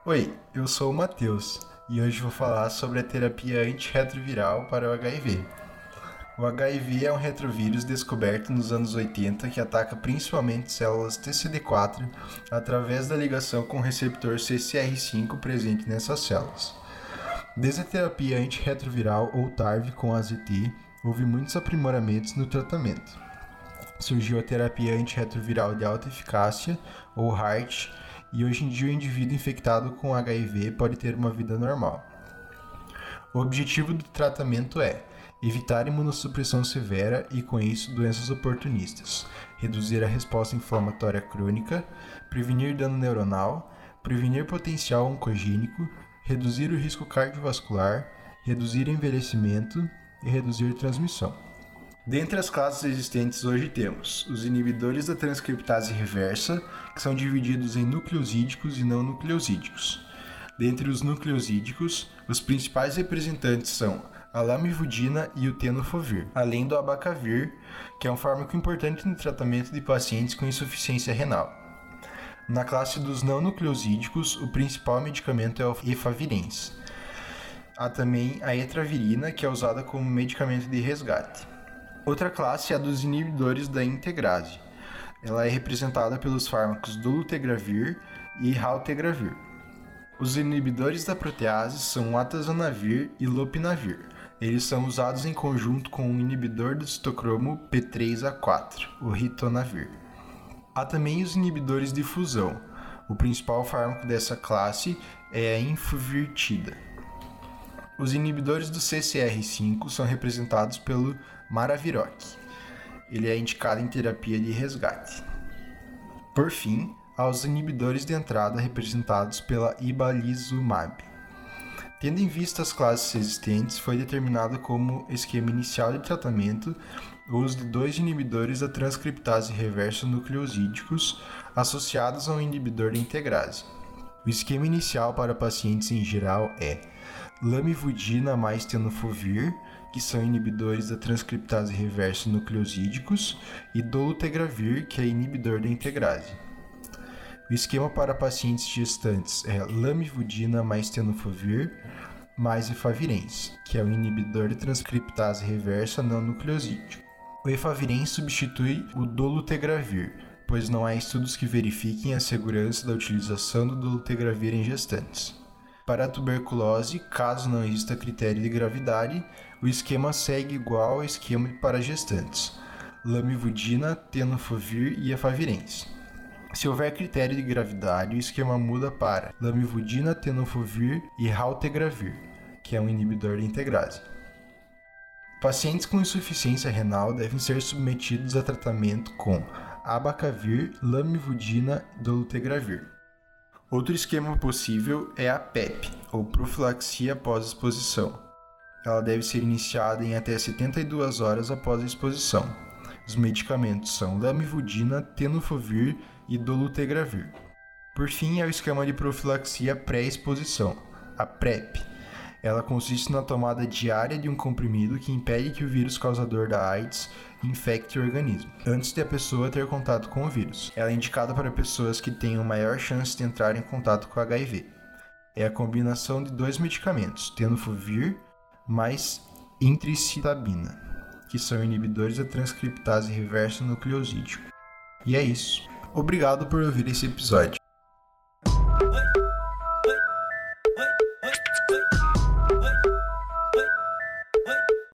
Oi, eu sou o Matheus e hoje vou falar sobre a terapia antirretroviral para o HIV. O HIV é um retrovírus descoberto nos anos 80 que ataca principalmente células TCD4 através da ligação com o receptor CCR5 presente nessas células. Desde a terapia antirretroviral ou TARV com AZT, houve muitos aprimoramentos no tratamento. Surgiu a terapia antirretroviral de alta eficácia, ou HAART, e hoje em dia o indivíduo infectado com HIV pode ter uma vida normal. O objetivo do tratamento é evitar imunossupressão severa e, com isso, doenças oportunistas, reduzir a resposta inflamatória crônica, prevenir dano neuronal, prevenir potencial oncogênico, reduzir o risco cardiovascular, reduzir envelhecimento e reduzir transmissão. Dentre as classes existentes hoje temos os inibidores da transcriptase reversa, que são divididos em nucleosídicos e não nucleosídicos. Dentre os nucleosídicos, os principais representantes são a lamivudina e o tenofovir, além do abacavir, que é um fármaco importante no tratamento de pacientes com insuficiência renal. Na classe dos não nucleosídicos, o principal medicamento é o efavirenz. Há também a etravirina, que é usada como medicamento de resgate. Outra classe é a dos inibidores da integrase. Ela é representada pelos fármacos dolutegravir e raltegravir. Os inibidores da protease são o atazanavir e lopinavir. Eles são usados em conjunto com o inibidor do citocromo P3A4, o ritonavir. Há também os inibidores de fusão. O principal fármaco dessa classe é a infuvirtida. Os inibidores do CCR5 são representados pelo Maraviroc. Ele é indicado em terapia de resgate. Por fim, há os inibidores de entrada representados pela ibalizumab. Tendo em vista as classes existentes, foi determinado como esquema inicial de tratamento o uso de 2 inibidores da transcriptase reversa nucleosídicos associados a um inibidor da integrase. O esquema inicial para pacientes em geral é lamivudina mais tenofovir, que são inibidores da transcriptase reversa nucleosídicos, e dolutegravir, que é inibidor da integrase. O esquema para pacientes gestantes é lamivudina mais tenofovir mais efavirenz, que é o inibidor de transcriptase reversa não nucleosídico. O efavirenz substitui o dolutegravir, pois não há estudos que verifiquem a segurança da utilização do dolutegravir em gestantes. Para a tuberculose, caso não exista critério de gravidade, o esquema segue igual ao esquema para gestantes: lamivudina, tenofovir e efavirenz. Se houver critério de gravidade, o esquema muda para lamivudina, tenofovir e raltegravir, que é um inibidor da integrase. Pacientes com insuficiência renal devem ser submetidos a tratamento com abacavir, lamivudina e dolutegravir. Outro esquema possível é a PEP, ou profilaxia pós-exposição. Ela deve ser iniciada em até 72 horas após a exposição. Os medicamentos são lamivudina, tenofovir e dolutegravir. Por fim, é o esquema de profilaxia pré-exposição, a PrEP. Ela consiste na tomada diária de um comprimido que impede que o vírus causador da AIDS infecte o organismo, antes de a pessoa ter contato com o vírus. Ela é indicada para pessoas que tenham maior chance de entrar em contato com HIV. É a combinação de 2 medicamentos, tenofovir mais intricitabina, que são inibidores da transcriptase reversa nucleosídico. E é isso. Obrigado por ouvir esse episódio.